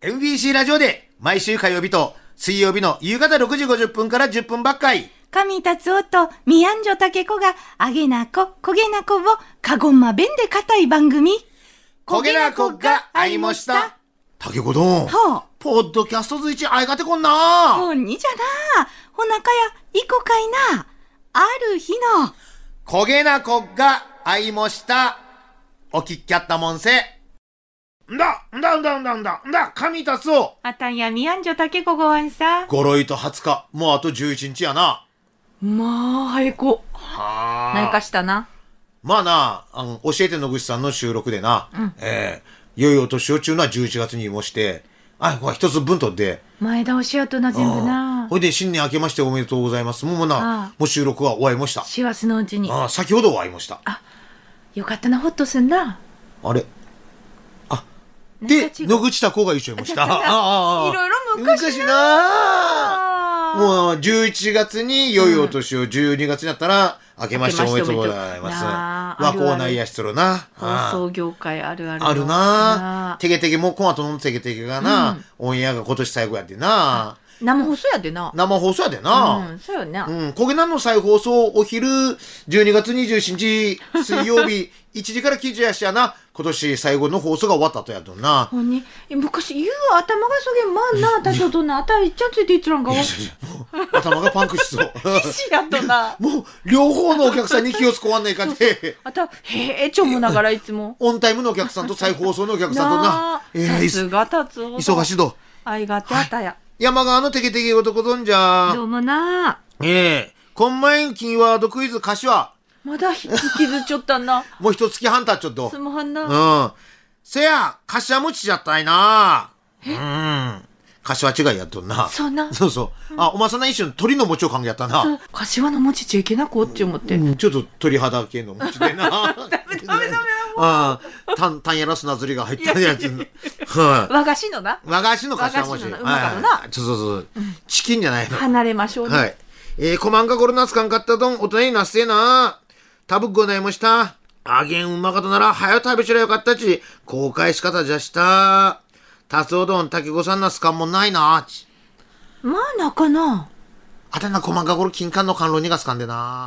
MBC ラジオで毎週火曜日と水曜日の夕方6時50分から10分ばっかり。 上達夫と宮んじょたけこがあげなこ、こげなこをかごんま弁で固い番組。 こげなこが会いました。たけこどん。 はあ。 ポッドキャストずいち会いがてこんな。 ほんにじゃな。ほなかや、いこかいな。ある日の。 こげなこが会いました。お聞きやったもんせ。んだ、上達夫。 あたんや宮んじょたけこごわんさ。 ごろいと20日、もうあと11日やな。 まあ、早こ。 はあ。 何かしたな。 まあな、教えて野口さんの収録でな、良いお年を中のは11月にもして、一つ分取って。 前倒しやとな、全部な。 ほいで、新年明けましておめでとうございます。もう収録は終わりました。 師走のうちに。 先ほど終わりました。 よかったな、ほっとすんな。 あれで、野口た子が一緒にいました。 いろいろ昔な。もう、11月に良いお年を、12月になったら、明けましておめでとうございます。和光内野室のな。 放送業界あるある。 あるな。てけてけ、もうこの後のてけてけがな、オンエアが今年最後やってな。 生放送やでな。 生放送やでな。 そうよね。 こげなんの再放送お昼12月27日水曜日1時から記事やしやな。今年最後の放送が終わったとやとんな。 ほんに昔言う頭がそげんまんな。多少とな頭いっちゃついていっちゃうんか。 頭がパンクしそう。 必死やとな。 もう両方のお客さんに気を使わんないかって。 へえちょもながらいつも。 オンタイムのお客さんと再放送のお客さんとな。 さすが達夫。 忙しいと。 愛がてあたや。 山川のテケテケ男どんじゃ。 どうもな。 こんまんキーワードクイズ歌詞はまだ引きずっちょったんな。 もう一月半経っちょっと。 すまはんな。 せや、柏餅じゃったいな。柏違いやっとんな。 そうな。 そうそう。おまさな一瞬鳥の餅を考えやったな。 柏の餅ちゃいけなこって思って。 ちょっと鳥肌系の餅でな。タンやら砂ずりが入ったやつ。 和菓子のな。 和菓子の柏餅。 うまかろな。 そう。チキンじゃないの。 離れましょうね。 はい。コマンがこれなつかんかったどん、大人になっせえな。たぶっございました。あげんうまかとなら、早食べちゃよかったち、後悔し方じゃした。達夫どん、竹子さんなすかんもないな。 まあ、なかな。 あたな、コマンがこれ金柑の甘露にがすかんでな。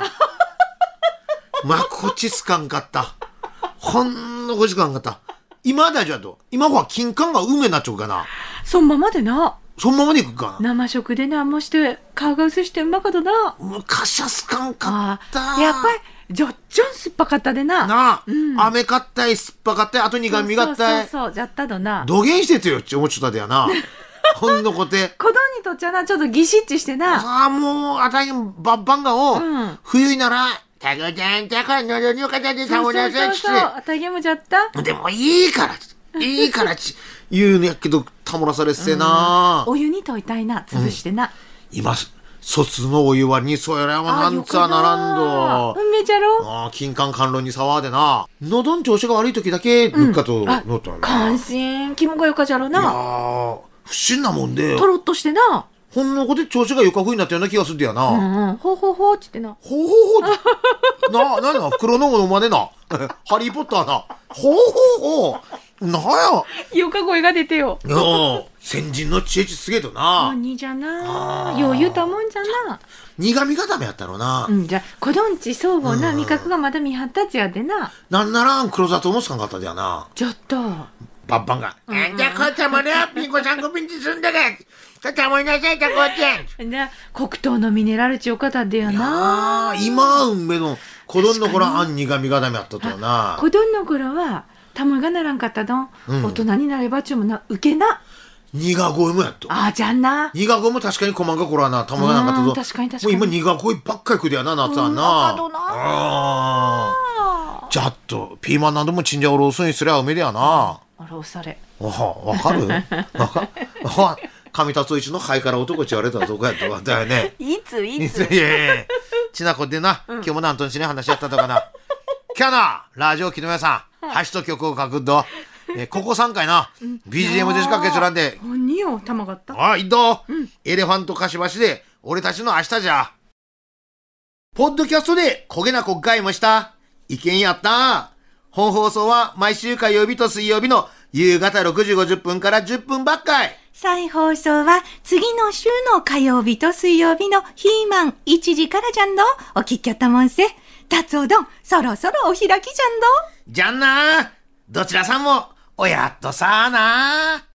こっちすかんかった。ほんのこっちすかんかった。今だじゃと。今は金柑が梅なっちゃうかな。 そんままでな。 そのままでいくかな。 生食でな、もして顔が薄してうまかとな。 昔はすかんかった。 やっぱりじょっちょん酸っぱかったでな。 なあ、飴かったい、酸っぱかったい、あと苦味がったい。 そうじゃったどな。 土下しててよって思っちゃったでやな。ほんのこて。 子供にとっちゃな、ちょっとギシッチしてな。 もうあたいばっばんがを、冬にならたこちゃんたこのどの方で食べなさいって。 あたげもじゃった。 でもいいから言うのやけどたもらされっせな。 お湯に溶いたいな、潰してな。 今卒のお湯はにそやらはなんつあならんど。 うんめじゃろ。 金柑甘露に騒でな。喉の調子が悪い時だけぬっかとのったな。 関心気もがよかじゃろな。いや不審なもんで。 とろっとしてな。 ほんのこで調子がよかふになったような気がするんだよな。 ほうほうほうってな。 ほうほうほうなんだ袋のものまねな。ハリーポッターな。ほうほうほう。なや。 よか声が出てよ。 先人の知恵すげえとな。 にじゃな。余裕たもんじゃな。 苦味がダメやったろな。 じゃ子どんちそうぼな味覚がまだ見張ったちやでな。 なんなら黒砂糖もつかんかったでやな。 ちょっと。 バッバンが。じゃこっちゃもね、ピンコさんごピンチすんだけ。こっちゃもいなさい、たこっちゃん。 じゃ黒糖のミネラル値よかったでやな。 今うんめの子どんの頃は苦味がダメやったとな。 子どんの頃はたもがならんかったどん。大人になればちゅうもな受けな。 苦声もやっと。 じゃんな。 苦声も確かに細かころはな、たもがなかったと。 確かに。もう今苦声ばっかりくでやな、夏はな。じゃっと、ピーマンなどもチンジャオロースにすりゃうめでやな。 あらおされ。 わかる上達一のハイカラ男ち言われたらどこやったわ。だよね。 いついやちなこでな、今日もなんとんしね話やったとかな。今日な、ラジオ機の皆さん、箸と曲を書くと、ここ3回な、BGM でしか結論で。 何よ、たまがった。 いっと、エレファントカシバシで、俺たちの明日じゃ。ポッドキャストで焦げなこっかいもした。意見やった。本放送は毎週火曜日と水曜日の夕方6時50分から10分ばっかい。 再放送は次の週の火曜日と水曜日のヒーマン1時からじゃんど。お聞きよったもんせ。達おどん、そろそろお開きじゃんど。 じゃんな。どちらさんも、おやっとさあな。